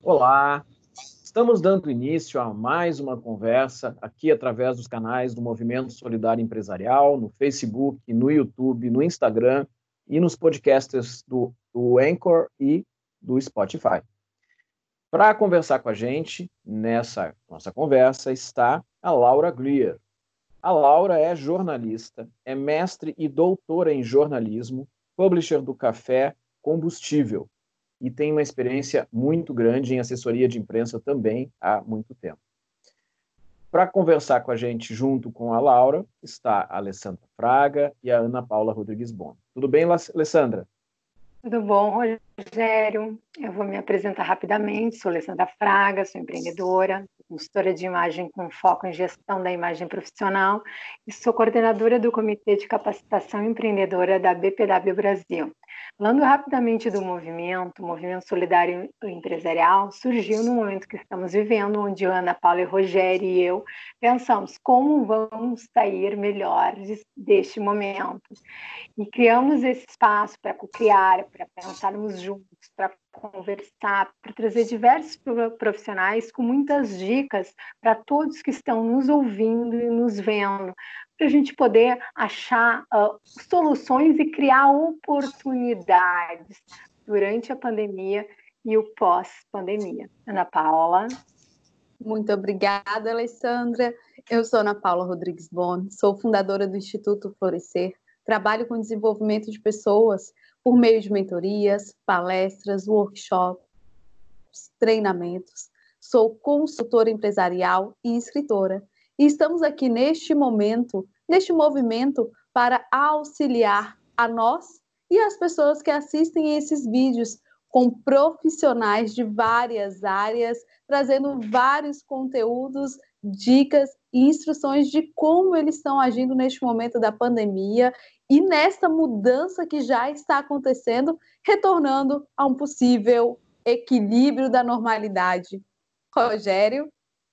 Olá, estamos dando início a mais uma conversa aqui através dos canais do Movimento Solidário Empresarial, no Facebook, no YouTube, no Instagram e nos podcasts do Anchor e do Spotify. Para conversar com a gente nessa nossa conversa está a Laura Greer. A Laura é jornalista, é mestre e doutora em jornalismo, publisher do Café Combustível, e tem uma experiência muito grande em assessoria de imprensa também há muito tempo. Para conversar com a gente junto com a Laura está a Alessandra Fraga e a Ana Paula Rodrigues Bon. Tudo bem, Alessandra? Tudo bom, Rogério? Eu vou me apresentar rapidamente. Sou Alessandra Fraga, sou empreendedora, consultora de imagem com foco em gestão da imagem profissional e sou coordenadora do Comitê de Capacitação Empreendedora da BPW Brasil. Falando rapidamente do movimento, o Movimento Solidário Empresarial surgiu no momento que estamos vivendo, onde Ana Paula, Rogério e eu pensamos como vamos sair melhores deste momento. E criamos esse espaço para co-criar, para pensarmos juntos, para conversar, para trazer diversos profissionais com muitas dicas para todos que estão nos ouvindo e nos vendo, para a gente poder achar soluções e criar oportunidades durante a pandemia e o pós-pandemia. Ana Paula. Muito obrigada, Alessandra. Eu sou Ana Paula Rodrigues Bon, sou fundadora do Instituto Florescer. Trabalho com desenvolvimento de pessoas por meio de mentorias, palestras, workshops, treinamentos. Sou consultora empresarial e escritora. E estamos aqui neste momento, neste movimento, para auxiliar a nós e as pessoas que assistem esses vídeos com profissionais de várias áreas, trazendo vários conteúdos, dicas e instruções de como eles estão agindo neste momento da pandemia e nessa mudança que já está acontecendo, retornando a um possível equilíbrio da normalidade. Rogério?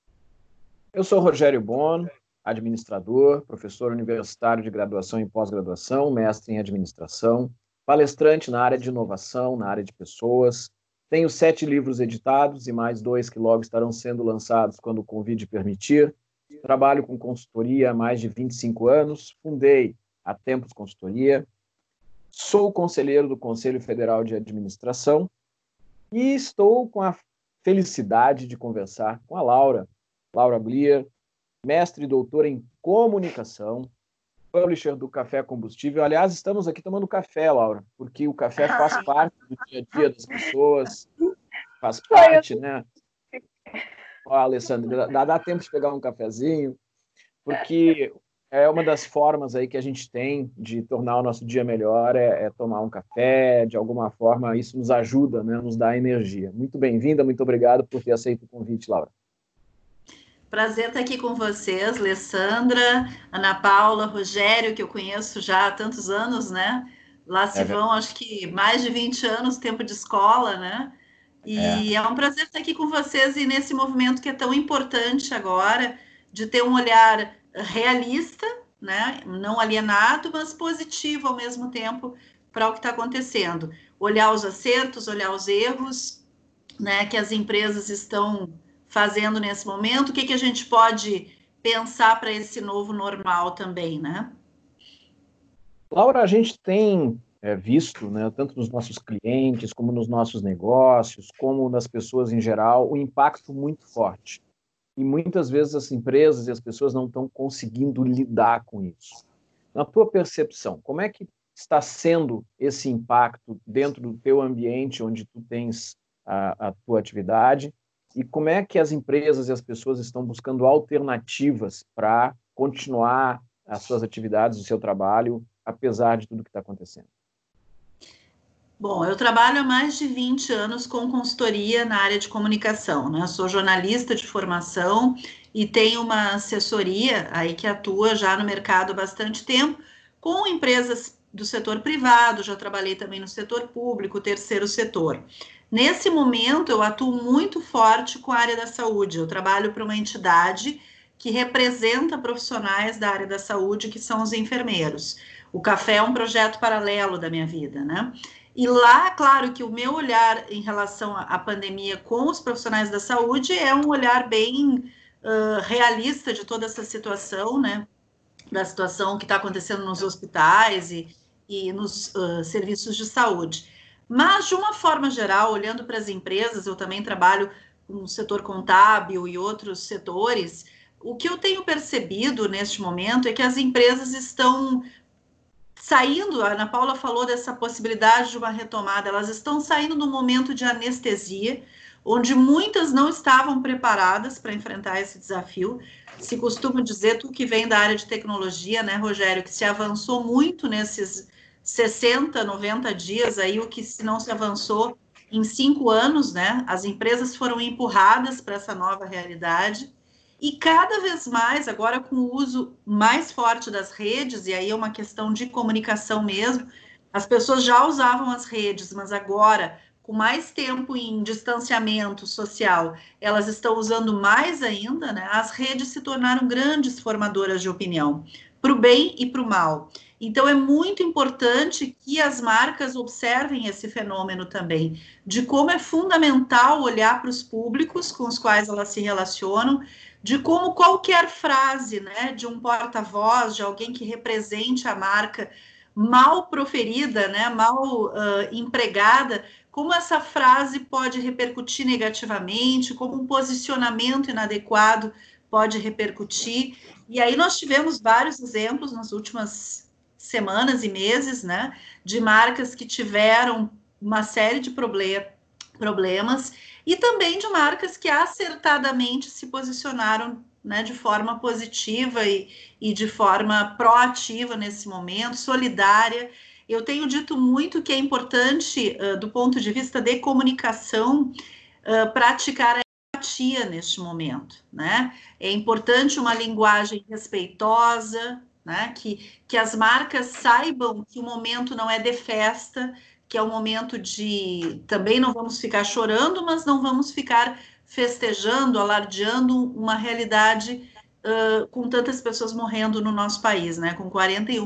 Eu sou Rogério Bon, administrador, professor universitário de graduação e pós-graduação, mestre em administração, palestrante na área de inovação, na área de pessoas. Tenho 7 livros editados e mais 2 que logo estarão sendo lançados quando o Covid permitir. Trabalho com consultoria há mais de 25 anos, fundei a Tempos Consultoria, sou conselheiro do Conselho Federal de Administração e estou com a felicidade de conversar com a Laura Greer, mestre e doutora em comunicação, publisher do Café Combustível. Aliás, estamos aqui tomando café, Laura, porque o café faz parte do dia a dia das pessoas, faz parte, né? Ó, Alessandra, dá tempo de pegar um cafezinho, porque é uma das formas aí que a gente tem de tornar o nosso dia melhor, é tomar um café, de alguma forma isso nos ajuda, né? Nos dá energia. Muito bem-vinda, muito obrigado por ter aceito o convite, Laura. Prazer estar aqui com vocês, Alessandra, Ana Paula, Rogério, que eu conheço já há tantos anos, né? Lá se vão, acho que mais de 20 anos, tempo de escola, né? E é um prazer estar aqui com vocês e nesse movimento que é tão importante agora, de ter um olhar realista, né? Não alienado, mas positivo ao mesmo tempo para o que está acontecendo. Olhar os acertos, olhar os erros, né? Que as empresas estão fazendo nesse momento, o que a gente pode pensar para esse novo normal também, né? Laura, a gente tem visto, né, tanto nos nossos clientes, como nos nossos negócios, como nas pessoas em geral, um impacto muito forte. E muitas vezes as empresas e as pessoas não estão conseguindo lidar com isso. Na tua percepção, como é que está sendo esse impacto dentro do teu ambiente, onde tu tens a tua atividade, e como é que as empresas e as pessoas estão buscando alternativas para continuar as suas atividades, o seu trabalho, apesar de tudo que está acontecendo? Bom, eu trabalho há mais de 20 anos com consultoria na área de comunicação, né? Sou jornalista de formação e tenho uma assessoria aí que atua já no mercado há bastante tempo, com empresas do setor privado, já trabalhei também no setor público, terceiro setor. Nesse momento, eu atuo muito forte com a área da saúde. Eu trabalho para uma entidade que representa profissionais da área da saúde, que são os enfermeiros. O café é um projeto paralelo da minha vida, né? E lá, claro que o meu olhar em relação à pandemia com os profissionais da saúde é um olhar bem realista de toda essa situação, né? Da situação que está acontecendo nos hospitais e nos serviços de saúde. Mas, de uma forma geral, olhando para as empresas, eu também trabalho com o setor contábil e outros setores, o que eu tenho percebido neste momento é que as empresas estão saindo, a Ana Paula falou dessa possibilidade de uma retomada, elas estão saindo de um momento de anestesia, onde muitas não estavam preparadas para enfrentar esse desafio. Se costuma dizer, tu que vem da área de tecnologia, né, Rogério, que se avançou muito nesses 60, 90 dias, aí o que se não se avançou em 5 anos, né, as empresas foram empurradas para essa nova realidade, e cada vez mais, agora com o uso mais forte das redes, e aí é uma questão de comunicação mesmo, as pessoas já usavam as redes, mas agora, com mais tempo em distanciamento social, elas estão usando mais ainda, né? As redes se tornaram grandes formadoras de opinião, para o bem e para o mal. Então, é muito importante que as marcas observem esse fenômeno também, de como é fundamental olhar para os públicos com os quais elas se relacionam, de como qualquer frase, né, de um porta-voz, de alguém que represente a marca, mal proferida, né, mal empregada, como essa frase pode repercutir negativamente, como um posicionamento inadequado pode repercutir. E aí nós tivemos vários exemplos nas últimas semanas e meses, né, de marcas que tiveram uma série de problemas, e também de marcas que acertadamente se posicionaram, né, de forma positiva e de forma proativa nesse momento, solidária. Eu tenho dito muito que é importante, do ponto de vista de comunicação, praticar a empatia neste momento, né? É importante uma linguagem respeitosa, né? Que as marcas saibam que o momento não é de festa, que é um momento de... Também não vamos ficar chorando, mas não vamos ficar festejando, alardeando uma realidade com tantas pessoas morrendo no nosso país, né? Com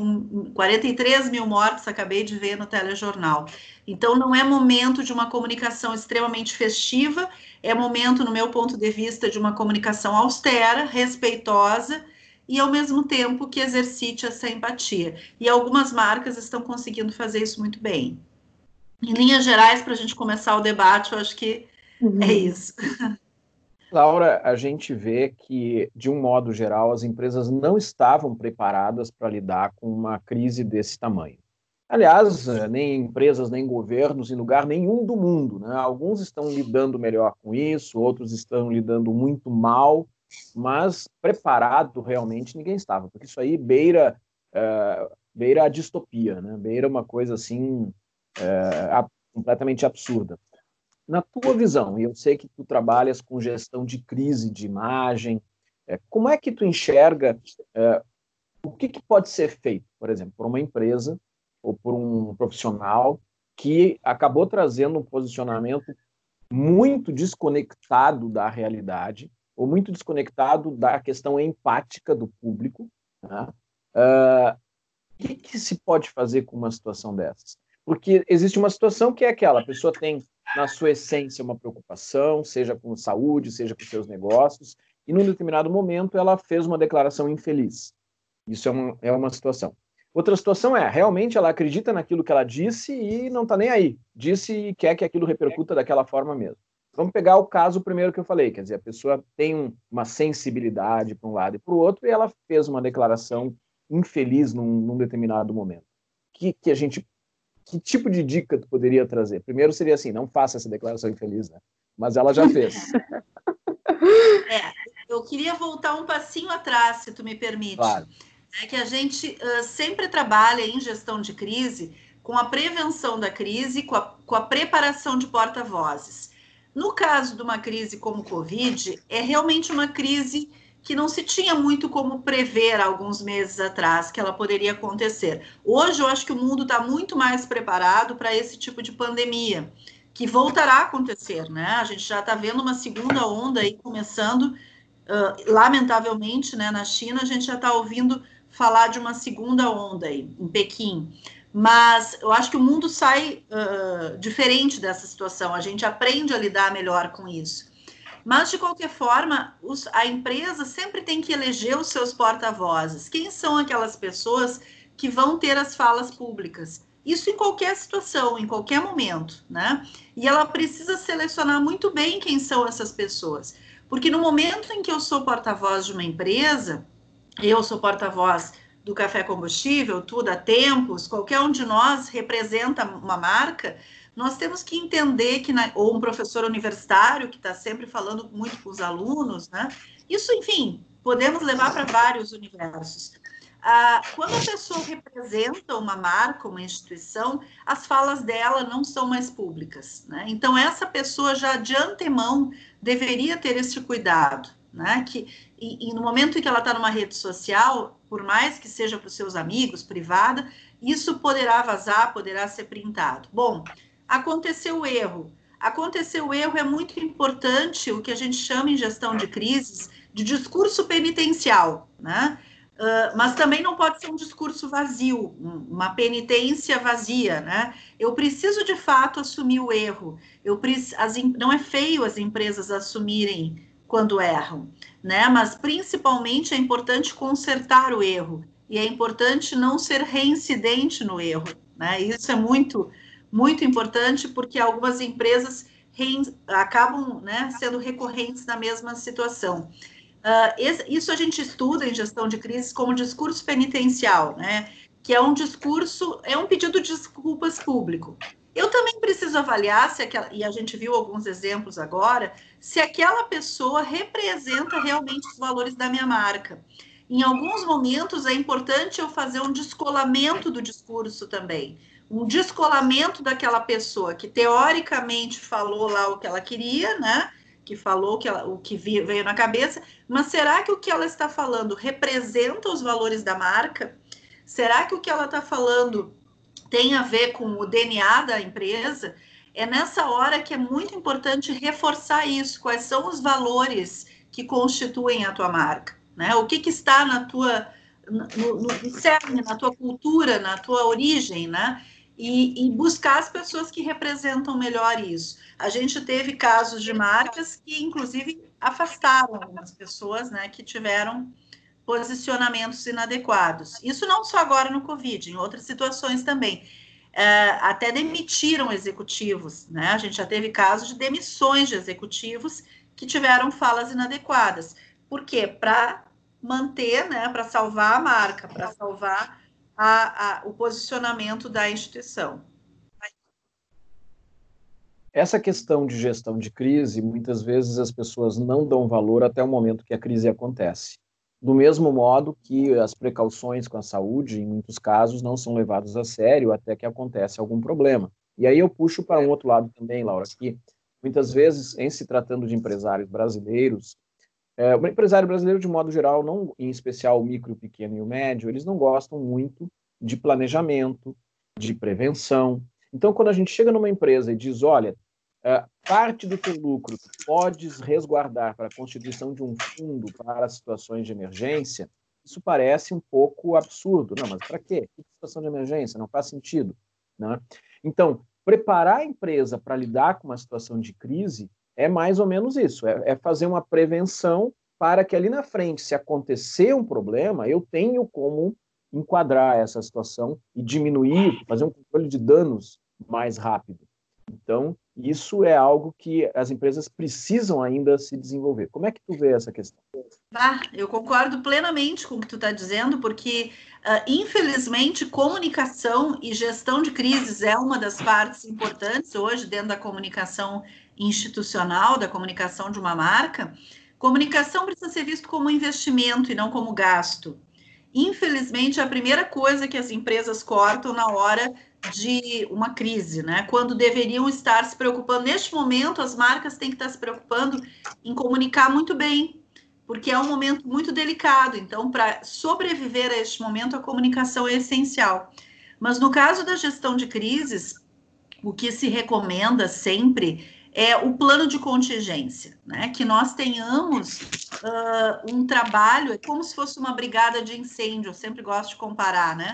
43 mil mortes, acabei de ver no telejornal. Então, não é momento de uma comunicação extremamente festiva, é momento, no meu ponto de vista, de uma comunicação austera, respeitosa, e ao mesmo tempo que exercite essa empatia. E algumas marcas estão conseguindo fazer isso muito bem. Em linhas gerais, para a gente começar o debate, eu acho que é isso. Laura, a gente vê que, de um modo geral, as empresas não estavam preparadas para lidar com uma crise desse tamanho. Aliás, nem empresas, nem governos, em lugar nenhum do mundo, né? Alguns estão lidando melhor com isso, outros estão lidando muito mal, mas preparado realmente ninguém estava, porque isso aí beira a distopia, né? Beira uma coisa assim completamente absurda. Na tua visão, e eu sei que tu trabalhas com gestão de crise de imagem, como é que tu enxerga o que pode ser feito, por exemplo, por uma empresa ou por um profissional que acabou trazendo um posicionamento muito desconectado da realidade ou muito desconectado da questão empática do público, né? O que se pode fazer com uma situação dessas? Porque existe uma situação que é aquela, a pessoa tem na sua essência uma preocupação, seja com saúde, seja com seus negócios, e num determinado momento ela fez uma declaração infeliz. Isso é uma situação. Outra situação realmente ela acredita naquilo que ela disse e não está nem aí. Disse e quer que aquilo repercuta daquela forma mesmo. Vamos pegar o caso primeiro que eu falei, quer dizer, a pessoa tem uma sensibilidade para um lado e para o outro e ela fez uma declaração infeliz num determinado momento. Que tipo de dica tu poderia trazer? Primeiro seria assim, não faça essa declaração infeliz, né? Mas ela já fez. Eu queria voltar um passinho atrás, se tu me permite. Claro. É que a gente sempre trabalha em gestão de crise com a prevenção da crise, com a preparação de porta-vozes. No caso de uma crise como o Covid, é realmente uma crise que não se tinha muito como prever alguns meses atrás que ela poderia acontecer. Hoje, eu acho que o mundo está muito mais preparado para esse tipo de pandemia, que voltará a acontecer, né? A gente já está vendo uma segunda onda aí começando, lamentavelmente, né, na China, a gente já está ouvindo falar de uma segunda onda aí, em Pequim. Mas eu acho que o mundo sai diferente dessa situação, a gente aprende a lidar melhor com isso. Mas, de qualquer forma, a empresa sempre tem que eleger os seus porta-vozes. Quem são aquelas pessoas que vão ter as falas públicas? Isso em qualquer situação, em qualquer momento, né? E ela precisa selecionar muito bem quem são essas pessoas. Porque no momento em que eu sou porta-voz de uma empresa, eu sou porta-voz do Café Combustível, tu da Tempos, qualquer um de nós representa uma marca, nós temos que entender que, ou um professor universitário que está sempre falando muito com os alunos, né? Isso, enfim, podemos levar para vários universos. Quando a pessoa representa uma marca, uma instituição, as falas dela não são mais públicas, né? Então, essa pessoa já de antemão deveria ter esse cuidado, né? E no momento em que ela está numa rede social, por mais que seja para os seus amigos, privada, isso poderá vazar, poderá ser printado. Bom, aconteceu o erro. Aconteceu o erro, é muito importante o que a gente chama em gestão de crises de discurso penitencial, né? Mas também não pode ser um discurso vazio, uma penitência vazia, né? Eu preciso de fato assumir o erro. Não é feio as empresas assumirem quando erram, né? Mas principalmente é importante consertar o erro e é importante não ser reincidente no erro, né? Isso é muito, muito importante porque algumas empresas acabam, né, sendo recorrentes na mesma situação. Isso a gente estuda em gestão de crise como discurso penitencial, né? Que é um discurso, é um pedido de desculpas público. Eu também preciso avaliar e a gente viu alguns exemplos agora, se aquela pessoa representa realmente os valores da minha marca. Em alguns momentos é importante eu fazer um descolamento do discurso também, um descolamento daquela pessoa que teoricamente falou lá o que ela queria, né? Que falou o que veio na cabeça, mas será que o que ela está falando representa os valores da marca? Será que o que ela está falando tem a ver com o DNA da empresa? É nessa hora que é muito importante reforçar isso. Quais são os valores que constituem a tua marca, né? O que está no cerne, na tua cultura, na tua origem, né? E buscar as pessoas que representam melhor isso. A gente teve casos de marcas que, inclusive, afastaram algumas pessoas, né, que tiveram posicionamentos inadequados. Isso não só agora no Covid, em outras situações também. Até demitiram executivos, né? A gente já teve casos de demissões de executivos que tiveram falas inadequadas. Por quê? Para manter, né, para salvar a marca, para salvar o posicionamento da instituição. Essa questão de gestão de crise, muitas vezes as pessoas não dão valor até o momento que a crise acontece. Do mesmo modo que as precauções com a saúde, em muitos casos, não são levadas a sério até que acontece algum problema. E aí eu puxo para um outro lado também, Laura, que muitas vezes, em se tratando de empresários brasileiros, o empresário brasileiro, de modo geral, não, em especial o micro, o pequeno e o médio, eles não gostam muito de planejamento, de prevenção. Então, quando a gente chega numa empresa e diz, olha, parte do teu lucro tu podes resguardar para a constituição de um fundo para situações de emergência, isso parece um pouco absurdo. Não, mas para quê? Que situação de emergência? Não faz sentido, né? Então, preparar a empresa para lidar com uma situação de crise é mais ou menos isso, é fazer uma prevenção para que ali na frente, se acontecer um problema, eu tenho como enquadrar essa situação e diminuir, fazer um controle de danos mais rápido. Então, isso é algo que as empresas precisam ainda se desenvolver. Como é que tu vê essa questão? Eu concordo plenamente com o que tu está dizendo, porque, infelizmente, comunicação e gestão de crises é uma das partes importantes hoje dentro da comunicação institucional, da comunicação de uma marca. Comunicação precisa ser visto como investimento e não como gasto. Infelizmente, é a primeira coisa que as empresas cortam na hora de uma crise, né? Quando deveriam estar se preocupando. Neste momento, as marcas têm que estar se preocupando em comunicar muito bem, porque é um momento muito delicado. Então, para sobreviver a este momento, a comunicação é essencial. Mas no caso da gestão de crises, o que se recomenda sempre é o plano de contingência, né? Que nós tenhamos um trabalho, é como se fosse uma brigada de incêndio, eu sempre gosto de comparar, né?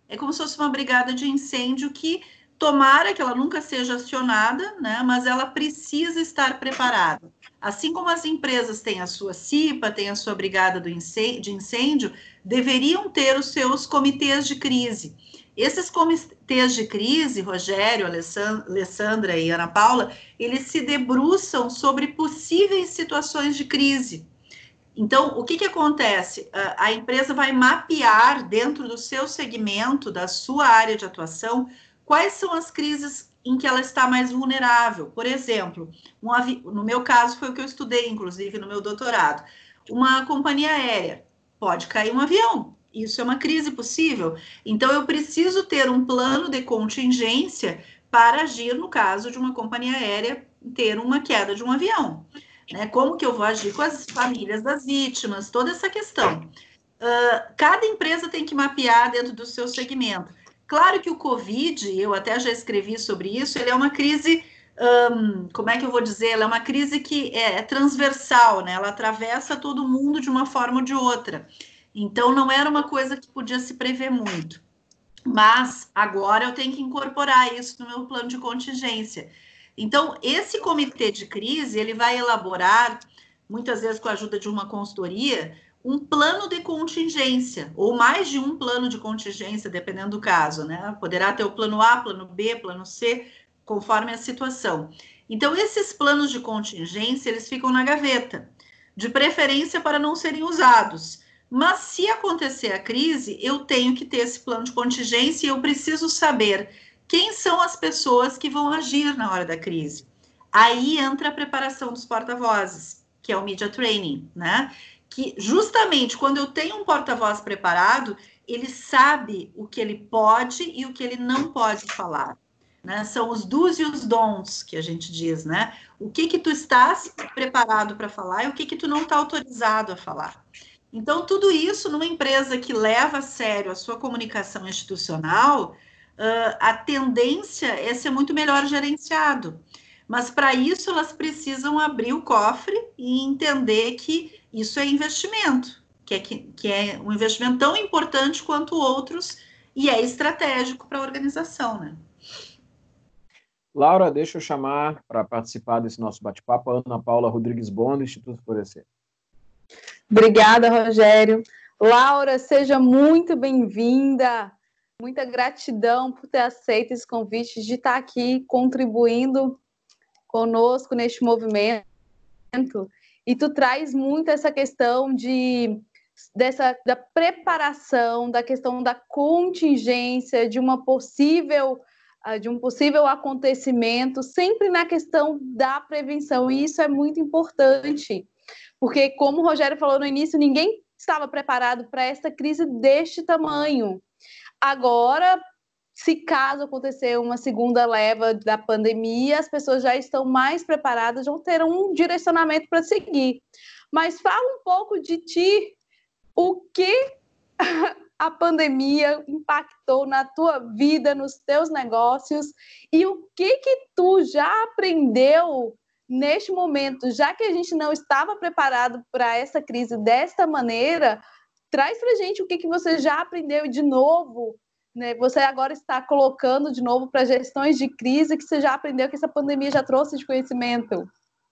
é como se fosse uma brigada de incêndio que tomara que ela nunca seja acionada, né, mas ela precisa estar preparada. Assim como as empresas têm a sua CIPA, têm a sua brigada de incêndio, deveriam ter os seus comitês de crise. Esses comitês de crise, Rogério, Alessandra e Ana Paula, eles se debruçam sobre possíveis situações de crise. Então, o que acontece? A empresa vai mapear dentro do seu segmento, da sua área de atuação, quais são as crises em que ela está mais vulnerável. Por exemplo, no meu caso foi o que eu estudei, inclusive, no meu doutorado. Uma companhia aérea, pode cair um avião. Isso é uma crise possível. Então, eu preciso ter um plano de contingência para agir no caso de uma companhia aérea ter uma queda de um avião. Né? Como que eu vou agir com as famílias das vítimas, toda essa questão. Cada empresa tem que mapear dentro do seu segmento. Claro que o Covid, eu até já escrevi sobre isso, ele é uma crise, como é que eu vou dizer? Ela é uma crise que é transversal, né? Ela atravessa todo mundo de uma forma ou de outra. Então, não era uma coisa que podia se prever muito. Mas, agora eu tenho que incorporar isso no meu plano de contingência. Então, esse comitê de crise, ele vai elaborar, muitas vezes com a ajuda de uma consultoria, um plano de contingência, ou mais de um plano de contingência, dependendo do caso, né? Poderá ter o plano A, plano B, plano C, conforme a situação. Então, esses planos de contingência, eles ficam na gaveta, de preferência para não serem usados. Mas, se acontecer a crise, eu tenho que ter esse plano de contingência e eu preciso saber quem são as pessoas que vão agir na hora da crise. Aí entra a preparação dos porta-vozes, que é o media training, né? Que justamente quando eu tenho um porta-voz preparado, ele sabe o que ele pode e o que ele não pode falar. Né? São os do's e os don'ts que a gente diz, né? O que tu estás preparado para falar e o que tu não está autorizado a falar. Então, tudo isso numa empresa que leva a sério a sua comunicação institucional, a tendência é ser muito melhor gerenciado. Mas, para isso, elas precisam abrir o cofre e entender que isso é investimento, que é um investimento tão importante quanto outros e é estratégico para a organização, né? Laura, deixa eu chamar para participar desse nosso bate-papo a Ana Paula Rodrigues Bon, do Instituto Florescer. Obrigada, Rogério. Laura, seja muito bem-vinda. Muita gratidão por ter aceito esse convite de estar aqui contribuindo conosco neste movimento. E tu traz muito essa questão da preparação, da questão da contingência, de um possível acontecimento, sempre na questão da prevenção. E isso é muito importante. Porque, como o Rogério falou no início, ninguém estava preparado para essa crise deste tamanho. Agora, se caso acontecer uma segunda leva da pandemia, as pessoas já estão mais preparadas, vão ter um direcionamento para seguir. Mas fala um pouco de ti, o que a pandemia impactou na tua vida, nos teus negócios, e o que tu já aprendeu neste momento, já que a gente não estava preparado para essa crise desta maneira. Traz para a gente o que você já aprendeu de novo, né? Você agora está colocando de novo para gestões de crise que você já aprendeu, que essa pandemia já trouxe de conhecimento.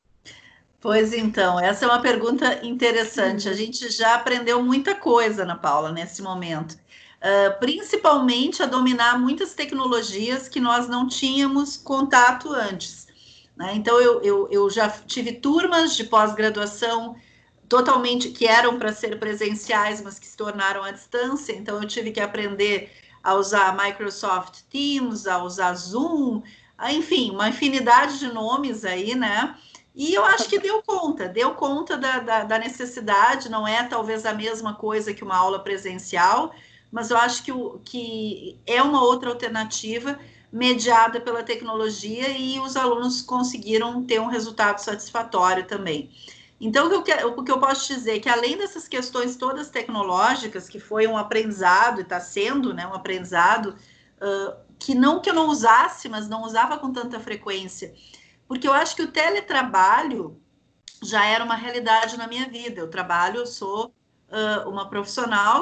Pois então, essa é uma pergunta interessante. A gente já aprendeu muita coisa, Ana Paula, nesse momento. Principalmente a dominar muitas tecnologias que nós não tínhamos contato antes. Né? Então, eu já tive turmas de pós-graduação totalmente que eram para ser presenciais, mas que se tornaram à distância. Então, eu tive que aprender a usar Microsoft Teams, a usar Zoom, enfim, uma infinidade de nomes aí, né? E eu acho que deu conta da necessidade, não é talvez a mesma coisa que uma aula presencial, mas eu acho que é uma outra alternativa mediada pela tecnologia e os alunos conseguiram ter um resultado satisfatório também. Então, o que eu posso dizer é que, além dessas questões todas tecnológicas, que foi um aprendizado, e está sendo, né, um aprendizado, que eu não usasse, mas não usava com tanta frequência, porque eu acho que o teletrabalho já era uma realidade na minha vida. Eu sou uma profissional que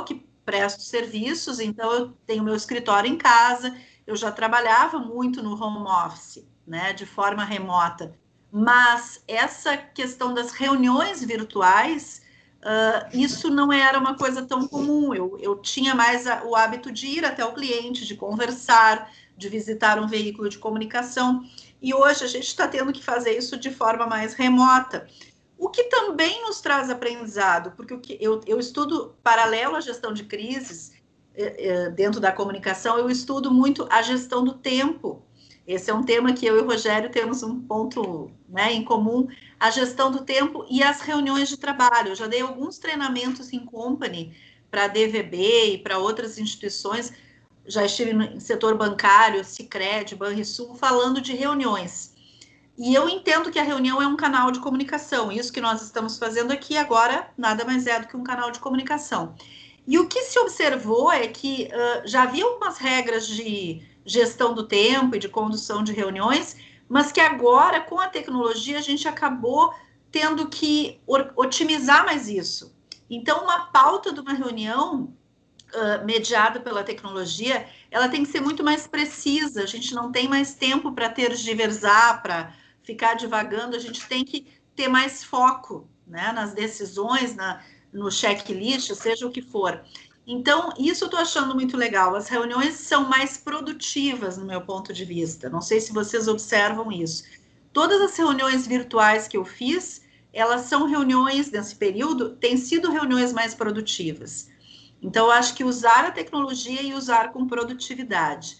presto serviços, então eu tenho meu escritório em casa, eu já trabalhava muito no home office, né, de forma remota, mas essa questão das reuniões virtuais, isso não era uma coisa tão comum, eu tinha mais o hábito de ir até o cliente, de conversar, de visitar um veículo de comunicação, e hoje a gente está tendo que fazer isso de forma mais remota, o que também nos traz aprendizado, porque eu estudo paralelo à gestão de crises, dentro da comunicação, eu estudo muito a gestão do tempo. Esse é um tema que eu e o Rogério temos um ponto, né, em comum, a gestão do tempo e as reuniões de trabalho. Eu já dei alguns treinamentos em company para a DVB e para outras instituições, já estive no setor bancário, Sicredi, Banrisul, falando de reuniões. E eu entendo que a reunião é um canal de comunicação. Isso que nós estamos fazendo aqui agora nada mais é do que um canal de comunicação. E o que se observou é que já havia algumas regras de gestão do tempo e de condução de reuniões, mas que agora, com a tecnologia, a gente acabou tendo que otimizar mais isso. Então, uma pauta de uma reunião mediada pela tecnologia, ela tem que ser muito mais precisa, a gente não tem mais tempo para tergiversar, para ficar divagando, a gente tem que ter mais foco, né, nas decisões, no checklist, seja o que for. Então, isso eu estou achando muito legal. As reuniões são mais produtivas, no meu ponto de vista. Não sei se vocês observam isso. Todas as reuniões virtuais que eu fiz, elas são reuniões, nesse período, têm sido reuniões mais produtivas. Então, eu acho que usar a tecnologia e usar com produtividade.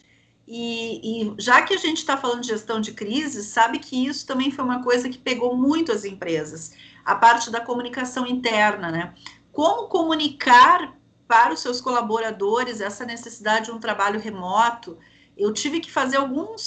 E já que a gente está falando de gestão de crise, sabe que isso também foi uma coisa que pegou muito as empresas. A parte da comunicação interna, né? Como comunicar para os seus colaboradores essa necessidade de um trabalho remoto. Eu tive que fazer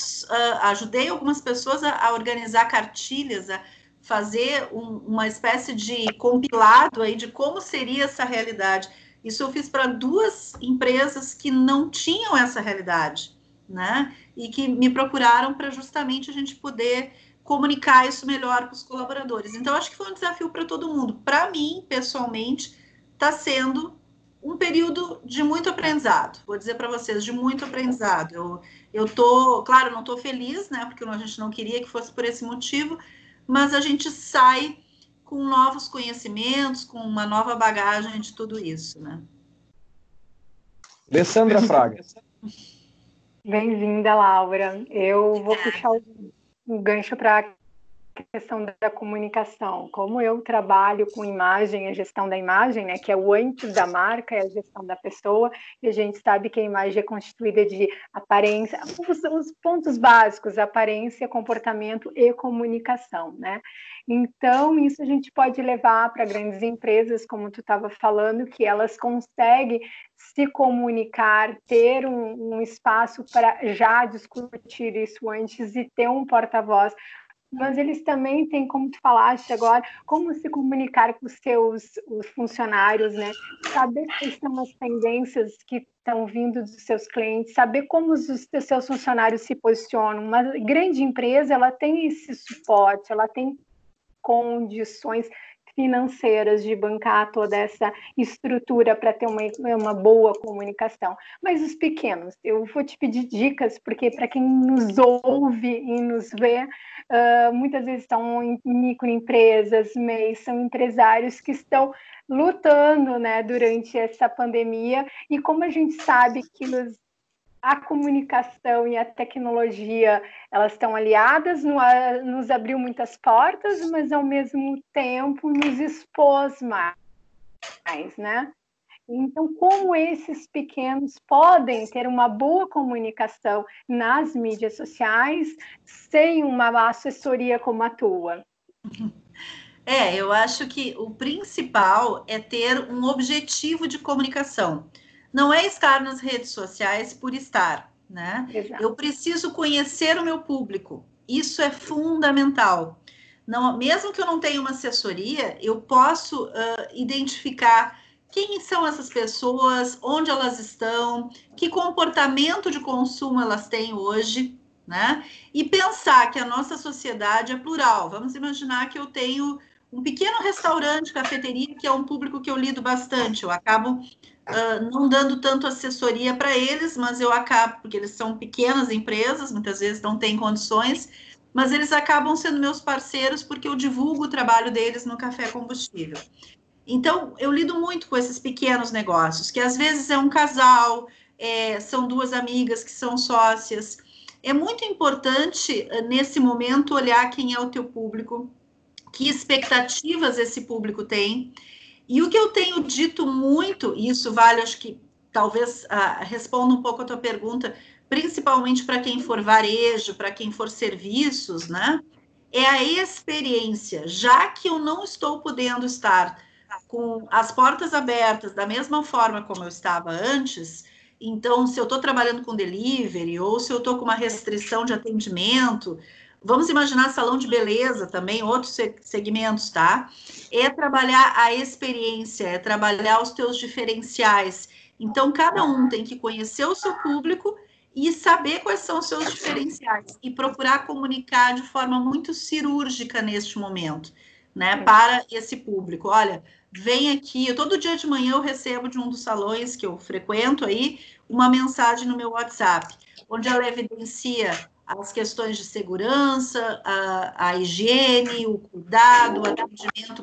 ajudei algumas pessoas a organizar cartilhas, a fazer uma espécie de compilado aí de como seria essa realidade. Isso eu fiz para 2 empresas que não tinham essa realidade, né? E que me procuraram para justamente a gente poder comunicar isso melhor para os colaboradores. Então, acho que foi um desafio para todo mundo. Para mim, pessoalmente, está sendo um período de muito aprendizado. Vou dizer para vocês, de muito aprendizado. Claro, não estou feliz, né? Porque a gente não queria que fosse por esse motivo, mas a gente sai com novos conhecimentos, com uma nova bagagem de tudo isso, né? Alessandra Fraga. Bem-vinda, Laura. Eu vou puxar o gancho para a questão da comunicação. Como eu trabalho com imagem, a gestão da imagem, né, que é o antes da marca, é a gestão da pessoa, e a gente sabe que a imagem é constituída de aparência, os pontos básicos, aparência, comportamento e comunicação, né? Então, isso a gente pode levar para grandes empresas, como tu estava falando, que elas conseguem se comunicar, ter um espaço para já discutir isso antes e ter um porta-voz, mas eles também têm, como tu falaste agora, como se comunicar com os funcionários, né? Saber quais são as tendências que estão vindo dos seus clientes, saber como os seus funcionários se posicionam. Uma grande empresa, ela tem esse suporte, ela tem condições financeiras de bancar toda essa estrutura para ter uma boa comunicação. Mas os pequenos, eu vou te pedir dicas, porque para quem nos ouve e nos vê, muitas vezes estão em microempresas, MEIs, são empresários que estão lutando, né, durante essa pandemia, e como a gente sabe que a comunicação e a tecnologia, elas estão aliadas, nos abriu muitas portas, mas ao mesmo tempo nos expôs mais, né? Então, como esses pequenos podem ter uma boa comunicação nas mídias sociais sem uma assessoria como a tua? Eu acho que o principal é ter um objetivo de comunicação. Não é estar nas redes sociais por estar, né? Exato. Eu preciso conhecer o meu público. Isso é fundamental. Não, mesmo que eu não tenha uma assessoria, eu posso identificar quem são essas pessoas, onde elas estão, que comportamento de consumo elas têm hoje, né? E pensar que a nossa sociedade é plural. Vamos imaginar que eu tenho um pequeno restaurante, cafeteria, que é um público que eu lido bastante. Eu acabo não dando tanto assessoria para eles, mas eu acabo, porque eles são pequenas empresas, muitas vezes não têm condições, mas eles acabam sendo meus parceiros porque eu divulgo o trabalho deles no Café Combustível. Então, eu lido muito com esses pequenos negócios, que às vezes é um casal, são duas amigas que são sócias. É muito importante, nesse momento, olhar quem é o teu público, que expectativas esse público tem. E o que eu tenho dito muito, e isso vale, acho que talvez responda um pouco a tua pergunta, principalmente para quem for varejo, para quem for serviços, né? É a experiência. Já que eu não estou podendo estar com as portas abertas da mesma forma como eu estava antes, então, se eu estou trabalhando com delivery ou se eu estou com uma restrição de atendimento, vamos imaginar salão de beleza também, outros segmentos, tá? É trabalhar a experiência, é trabalhar os teus diferenciais. Então, cada um tem que conhecer o seu público e saber quais são os seus diferenciais e procurar comunicar de forma muito cirúrgica neste momento, né, para esse público. Olha, vem aqui, todo dia de manhã eu recebo de um dos salões que eu frequento aí, uma mensagem no meu WhatsApp, onde ela evidencia as questões de segurança, a higiene, o cuidado, o atendimento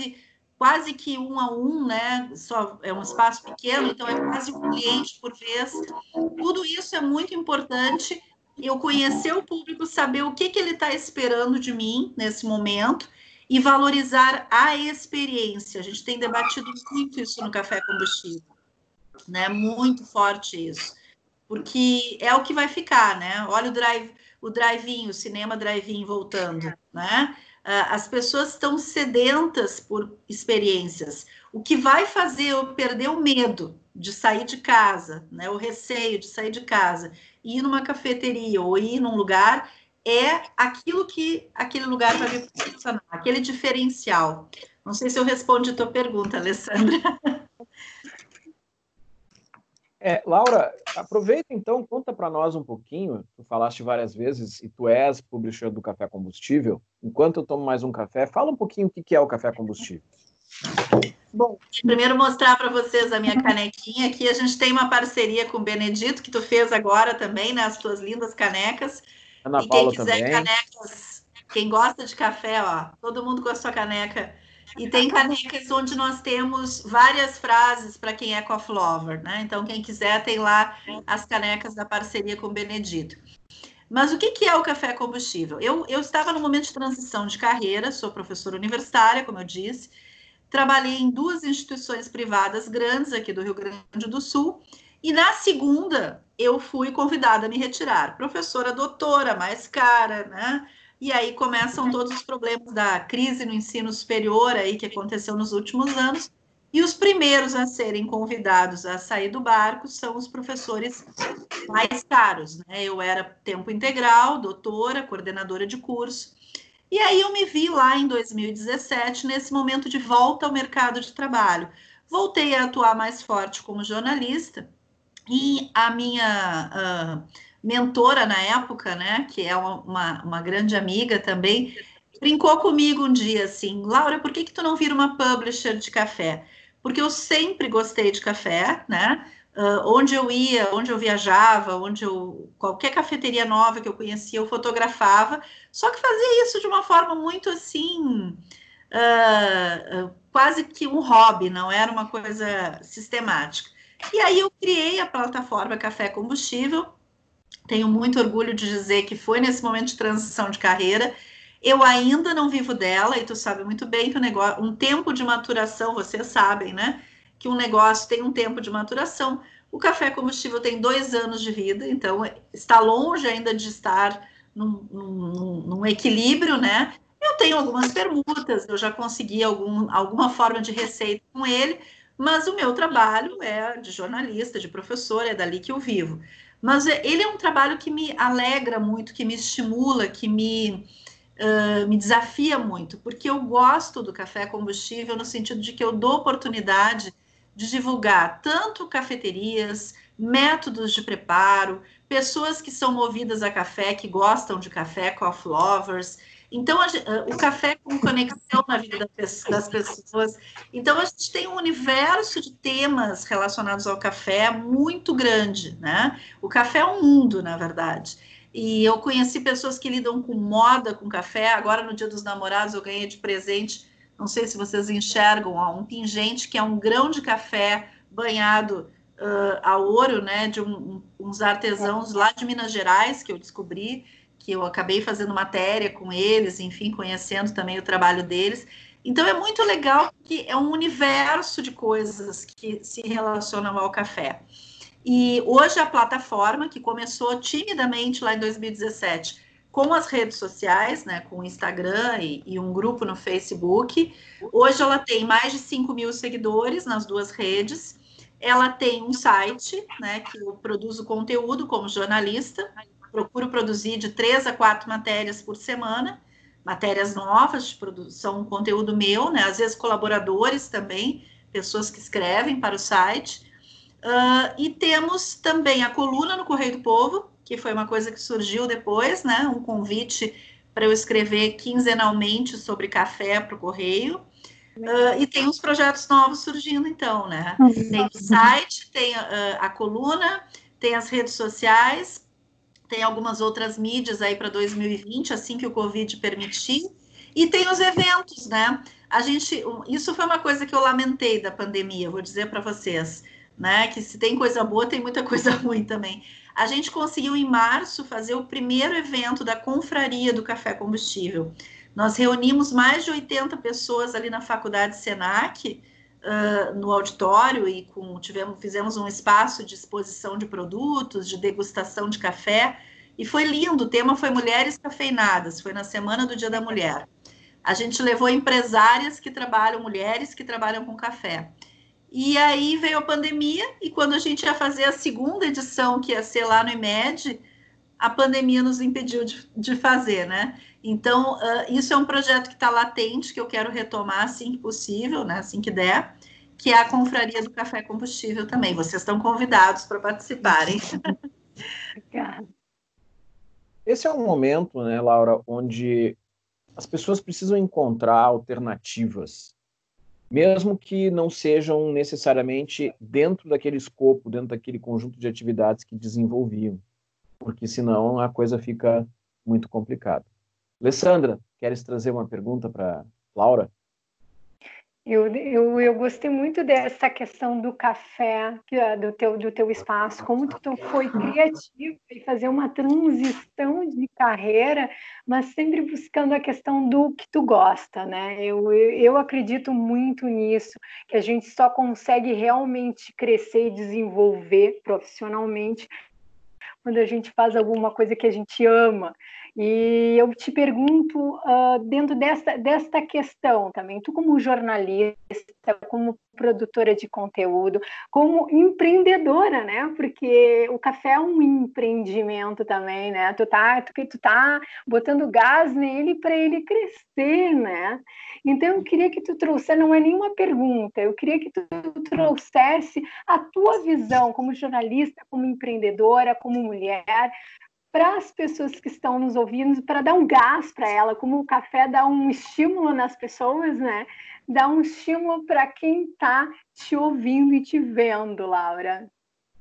quase que um a um, né? Só é um espaço pequeno, então é quase um cliente por vez. Tudo isso é muito importante. Eu conhecer o público, saber o que ele está esperando de mim nesse momento e valorizar a experiência. A gente tem debatido muito isso no Café Combustível, né? Muito forte isso, porque é o que vai ficar, né? Olha o drive-in, o cinema drive-in voltando, né? As pessoas estão sedentas por experiências. O que vai fazer eu perder o medo de sair de casa, né? O receio de sair de casa, ir numa cafeteria ou ir num lugar, é aquilo que aquele lugar vai me proporcionar, aquele diferencial. Não sei se eu respondi a tua pergunta, Alessandra. Laura, aproveita então, conta para nós um pouquinho, tu falaste várias vezes, e tu és publisher do Café Combustível, enquanto eu tomo mais um café, fala um pouquinho o que é o Café Combustível. Bom, primeiro mostrar para vocês a minha canequinha aqui, a gente tem uma parceria com o Benedito, que tu fez agora também, né, as tuas lindas canecas. Ana Paula também. Quem quiser canecas, quem gosta de café, ó, todo mundo com a sua caneca. E tem canecas onde nós temos várias frases para quem é coffee lover, né? Então, quem quiser, tem lá as canecas da parceria com o Benedito. Mas o que é o Café Combustível? Eu estava no momento de transição de carreira, sou professora universitária, como eu disse, trabalhei em 2 instituições privadas grandes aqui do Rio Grande do Sul, e na segunda eu fui convidada a me retirar. Professora doutora, mais cara, né? E aí começam todos os problemas da crise no ensino superior aí que aconteceu nos últimos anos. E os primeiros a serem convidados a sair do barco são os professores mais caros, né? Eu era tempo integral, doutora, coordenadora de curso. E aí eu me vi lá em 2017, nesse momento de volta ao mercado de trabalho. Voltei a atuar mais forte como jornalista e a minha mentora na época, né, que é uma grande amiga também, brincou comigo um dia assim, Laura, por que tu não vira uma publisher de café? Porque eu sempre gostei de café, né? Onde eu ia, onde eu viajava, qualquer cafeteria nova que eu conhecia, eu fotografava, só que fazia isso de uma forma muito assim, quase que um hobby, não era uma coisa sistemática. E aí eu criei a plataforma Café Combustível, tenho muito orgulho de dizer que foi nesse momento de transição de carreira. Eu ainda não vivo dela, e tu sabe muito bem que o negócio, um tempo de maturação, vocês sabem, né? Que um negócio tem um tempo de maturação. O Café Combustível tem 2 anos de vida, então está longe ainda de estar num equilíbrio, né? Eu tenho algumas permutas, eu já consegui alguma forma de receita com ele, mas o meu trabalho é de jornalista, de professor, é dali que eu vivo. Mas ele é um trabalho que me alegra muito, que me estimula, que me desafia muito, porque eu gosto do Café Combustível no sentido de que eu dou oportunidade de divulgar tanto cafeterias, métodos de preparo, pessoas que são movidas a café, que gostam de café, coffee lovers. Então, o café com conexão na vida das pessoas. Então, a gente tem um universo de temas relacionados ao café muito grande, né? O café é um mundo, na verdade. E eu conheci pessoas que lidam com moda, com café. Agora, no Dia dos Namorados, eu ganhei de presente, não sei se vocês enxergam, um pingente que é um grão de café banhado a ouro, né? De uns artesãos lá de Minas Gerais, que eu descobri, que eu acabei fazendo matéria com eles, enfim, conhecendo também o trabalho deles. Então, é muito legal, porque é um universo de coisas que se relacionam ao café. E hoje a plataforma, que começou timidamente lá em 2017, com as redes sociais, né, com o Instagram e um grupo no Facebook, hoje ela tem mais de 5 mil seguidores nas duas redes. Ela tem um site, né, que eu produzo conteúdo como jornalista, procuro produzir de 3 a 4 matérias por semana, matérias novas de produção, conteúdo meu, né, às vezes colaboradores também, pessoas que escrevem para o site. E temos também a coluna no Correio do Povo, que foi uma coisa que surgiu depois, né? Um convite para eu escrever quinzenalmente sobre café para o Correio. E tem uns projetos novos surgindo, então, né? Tem o site, tem a coluna, tem as redes sociais, tem algumas outras mídias aí para 2020, assim que o Covid permitir, e tem os eventos, né? Isso foi uma coisa que eu lamentei da pandemia, vou dizer para vocês, né? Que se tem coisa boa, tem muita coisa ruim também. A gente conseguiu, em março, fazer o primeiro evento da Confraria do Café Combustível. Nós reunimos mais de 80 pessoas ali na Faculdade Senac, no auditório, e fizemos um espaço de exposição de produtos, de degustação de café, e foi lindo. O tema foi Mulheres Cafeinadas, foi na Semana do Dia da Mulher. A gente levou empresárias mulheres que trabalham com café. E aí veio a pandemia, e quando a gente ia fazer a segunda edição, que ia ser lá no IMED, a pandemia nos impediu de fazer, né? Então, isso é um projeto que está latente, que eu quero retomar assim que possível, né? Assim que der, que é a Confraria do Café Combustível também. Vocês estão convidados para participarem. Obrigada. Esse é um momento, né, Laura, onde as pessoas precisam encontrar alternativas, mesmo que não sejam necessariamente dentro daquele escopo, dentro daquele conjunto de atividades que desenvolviam, porque senão a coisa fica muito complicada. Alessandra, queres trazer uma pergunta para Laura? Eu gostei muito dessa questão do café, do teu espaço, como tu foi criativo em fazer uma transição de carreira, mas sempre buscando a questão do que tu gosta, né? Eu acredito muito nisso, que a gente só consegue realmente crescer e desenvolver profissionalmente quando a gente faz alguma coisa que a gente ama. E eu te pergunto, dentro desta questão também, tu como jornalista, como produtora de conteúdo, como empreendedora, né? Porque o café é um empreendimento também, né? Tu tá botando gás nele para ele crescer, né? Então eu queria que tu trouxesse, não é nenhuma pergunta, eu queria que tu trouxesse a tua visão como jornalista, como empreendedora, como mulher, para as pessoas que estão nos ouvindo, para dar um gás para ela, como o café dá um estímulo nas pessoas, né? Dá um estímulo para quem está te ouvindo e te vendo, Laura.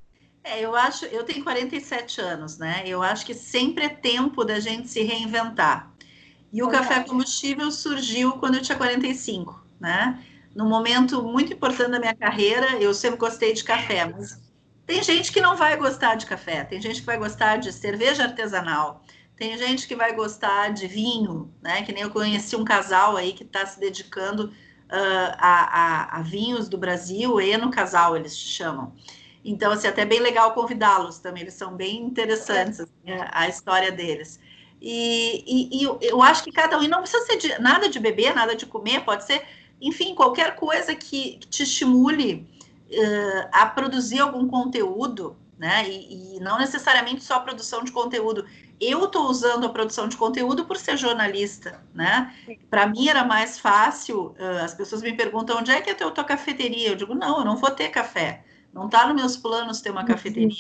Eu tenho 47 anos, né? Eu acho que sempre é tempo da gente se reinventar. E o Café Combustível surgiu quando eu tinha 45, né? Num momento muito importante da minha carreira, eu sempre gostei de café, mas tem gente que não vai gostar de café, tem gente que vai gostar de cerveja artesanal, tem gente que vai gostar de vinho, né? Que nem eu conheci um casal aí que está se dedicando a vinhos do Brasil, Eno Casal, eles chamam. Então, assim, até bem legal convidá-los também, eles são bem interessantes, assim, a história deles. E eu acho que cada um, e não precisa ser nada de beber, nada de comer, pode ser, enfim, qualquer coisa que te estimule a produzir algum conteúdo, né? E não necessariamente só a produção de conteúdo. Eu estou usando a produção de conteúdo por ser jornalista, né? Para mim era mais fácil. As pessoas me perguntam onde é que é a tua cafeteria? Eu digo, não, eu não vou ter café. Não está nos meus planos ter uma cafeteria.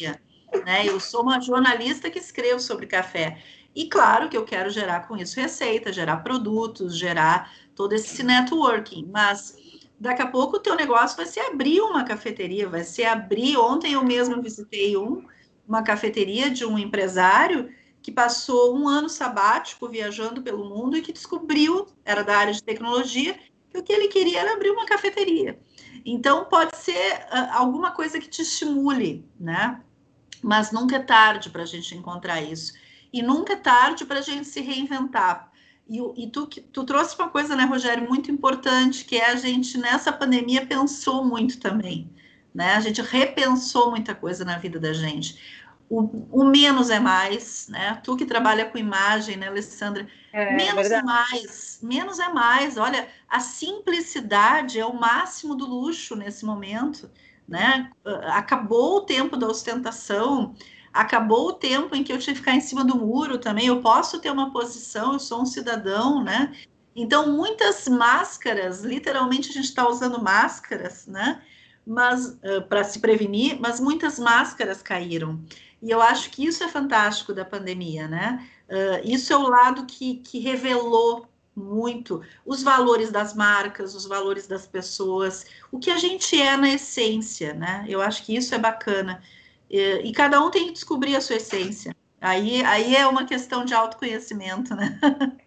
né? Eu sou uma jornalista que escrevo sobre café. E claro que eu quero gerar com isso receita, gerar produtos, gerar todo esse networking, mas daqui a pouco o teu negócio vai ser abrir uma cafeteria, vai ser abrir. Ontem eu mesma visitei uma cafeteria de um empresário que passou um ano sabático viajando pelo mundo e que descobriu, era da área de tecnologia, que o que ele queria era abrir uma cafeteria. Então pode ser alguma coisa que te estimule, né? Mas nunca é tarde para a gente encontrar isso. E nunca é tarde para a gente se reinventar. E tu trouxe uma coisa, né, Rogério, muito importante, que é a gente, nessa pandemia, pensou muito também. Né? A gente repensou muita coisa na vida da gente. O menos é mais, né? Tu que trabalha com imagem, né, Alessandra? Menos é mais, menos é mais. Olha, a simplicidade é o máximo do luxo nesse momento, né? Acabou o tempo da ostentação, acabou o tempo em que eu tinha que ficar em cima do muro também. Eu posso ter uma posição, eu sou um cidadão, né? Então, muitas máscaras, literalmente a gente está usando máscaras, né? Mas para se prevenir, mas muitas máscaras caíram. E eu acho que isso é fantástico da pandemia, né? Isso é o lado que revelou muito os valores das marcas, os valores das pessoas, o que a gente é na essência, né? Eu acho que isso é bacana. E cada um tem que descobrir a sua essência. Aí é uma questão de autoconhecimento, né?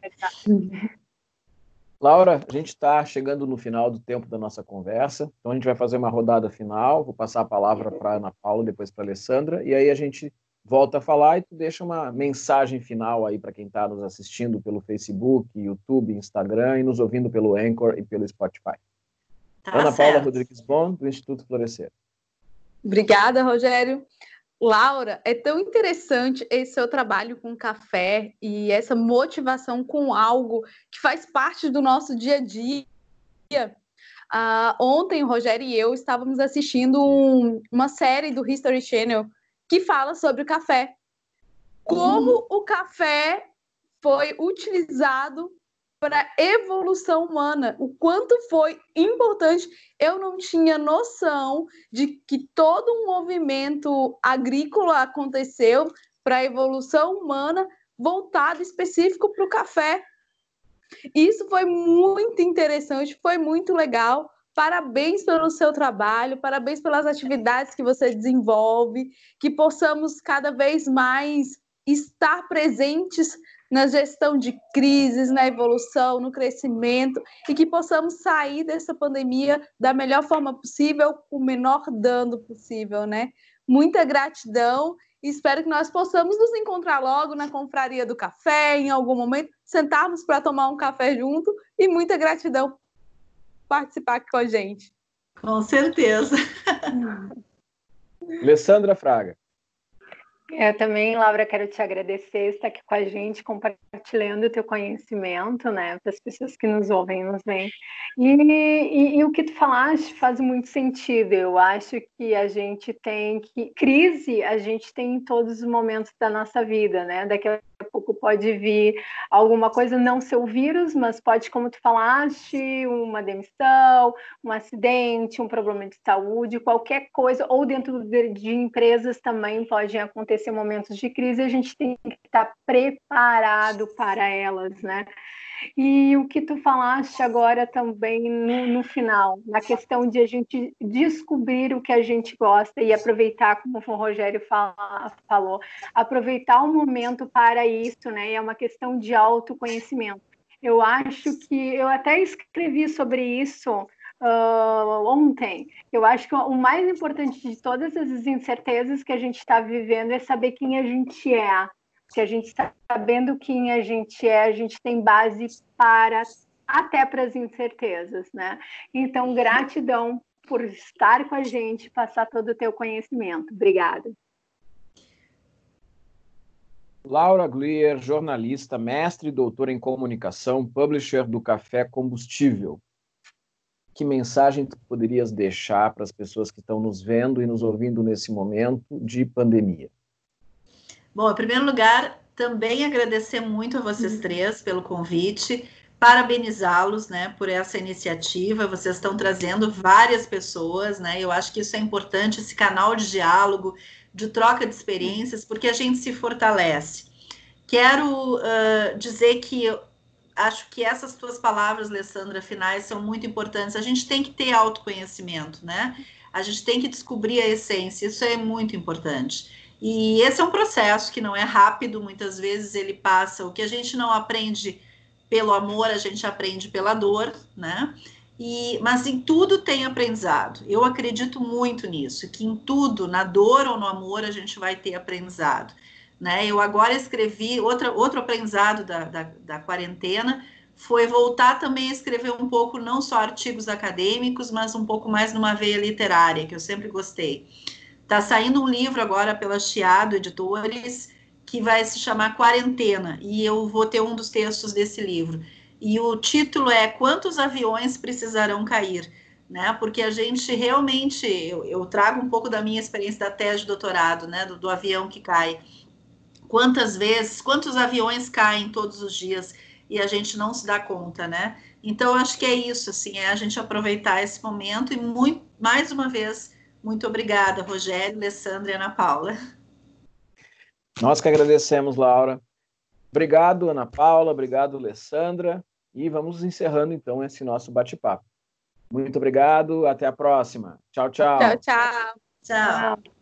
Laura, a gente está chegando no final do tempo da nossa conversa, então a gente vai fazer uma rodada final, vou passar a palavra para a Ana Paula, depois para a Alessandra, e aí a gente volta a falar e tu deixa uma mensagem final aí para quem está nos assistindo pelo Facebook, YouTube, Instagram e nos ouvindo pelo Anchor e pelo Spotify. Ana Paula Rodrigues Bon, do Instituto Florescer. Obrigada, Rogério. Laura, é tão interessante esse seu trabalho com café e essa motivação com algo que faz parte do nosso dia a dia. Ontem, o Rogério e eu estávamos assistindo uma série do History Channel que fala sobre o café. Como o café foi utilizado para a evolução humana, o quanto foi importante. Eu não tinha noção de que todo um movimento agrícola aconteceu para a evolução humana voltado específico para o café. Isso foi muito interessante, foi muito legal. Parabéns pelo seu trabalho, parabéns pelas atividades que você desenvolve, que possamos cada vez mais estar presentes na gestão de crises, na evolução, no crescimento, e que possamos sair dessa pandemia da melhor forma possível, com o menor dano possível, né? Muita gratidão e espero que nós possamos nos encontrar logo na Confraria do Café, em algum momento, sentarmos para tomar um café junto, e muita gratidão por participar aqui com a gente. Com certeza. Alessandra Fraga. Eu também, Laura, quero te agradecer, estar aqui com a gente, compartilhando o teu conhecimento, né, para as pessoas que nos ouvem e nos veem. E o que tu falaste faz muito sentido. Eu acho que a gente tem crise a gente tem em todos os momentos da nossa vida, né? Daqui a pouco pode vir alguma coisa, não ser o vírus, mas pode, como tu falaste, uma demissão, um acidente, um problema de saúde, qualquer coisa, ou dentro de empresas também podem acontecer momentos de crise, a gente tem que estar preparado para elas, né? E o que tu falaste agora também no final, na questão de a gente descobrir o que a gente gosta e aproveitar, como o Rogério falou, aproveitar o momento para isso, né? É uma questão de autoconhecimento. Eu acho que eu até escrevi sobre isso ontem. Eu acho que o mais importante de todas as incertezas que a gente está vivendo é saber quem a gente é. Que a gente, sabendo quem a gente é, a gente tem base até para as incertezas, né? Então, gratidão por estar com a gente, passar todo o teu conhecimento. Obrigada. Laura Glier, jornalista, mestre e doutora em comunicação, publisher do Café Combustível. Que mensagem tu poderias deixar para as pessoas que estão nos vendo e nos ouvindo nesse momento de pandemia? Bom, em primeiro lugar, também agradecer muito a vocês três pelo convite, parabenizá-los, né, por essa iniciativa. Vocês estão trazendo várias pessoas, né? Eu acho que isso é importante, esse canal de diálogo, de troca de experiências, porque a gente se fortalece. Quero dizer que eu acho que essas tuas palavras, Alessandra, finais, são muito importantes. A gente tem que ter autoconhecimento, né? A gente tem que descobrir a essência, isso é muito importante. E esse é um processo que não é rápido, muitas vezes ele passa, o que a gente não aprende pelo amor, a gente aprende pela dor, né? Mas em tudo tem aprendizado. Eu acredito muito nisso, que em tudo, na dor ou no amor, a gente vai ter aprendizado. Né? Eu agora escrevi, outro aprendizado da quarentena foi voltar também a escrever um pouco, não só artigos acadêmicos, mas um pouco mais numa veia literária, que eu sempre gostei. Está saindo um livro agora pela Chiado Editores, que vai se chamar Quarentena, e eu vou ter um dos textos desse livro. E o título é Quantos Aviões Precisarão Cair? Né? Porque a gente realmente, eu trago um pouco da minha experiência da tese de doutorado, né? do avião que cai. Quantas vezes, quantos aviões caem todos os dias e a gente não se dá conta, né? Então, acho que é isso, assim, é a gente aproveitar esse momento e, mais uma vez, muito obrigada, Rogério, Alessandra e Ana Paula. Nós que agradecemos, Laura. Obrigado, Ana Paula, obrigado, Alessandra, e vamos encerrando, então, esse nosso bate-papo. Muito obrigado, até a próxima. Tchau, tchau. Tchau, tchau. Tchau.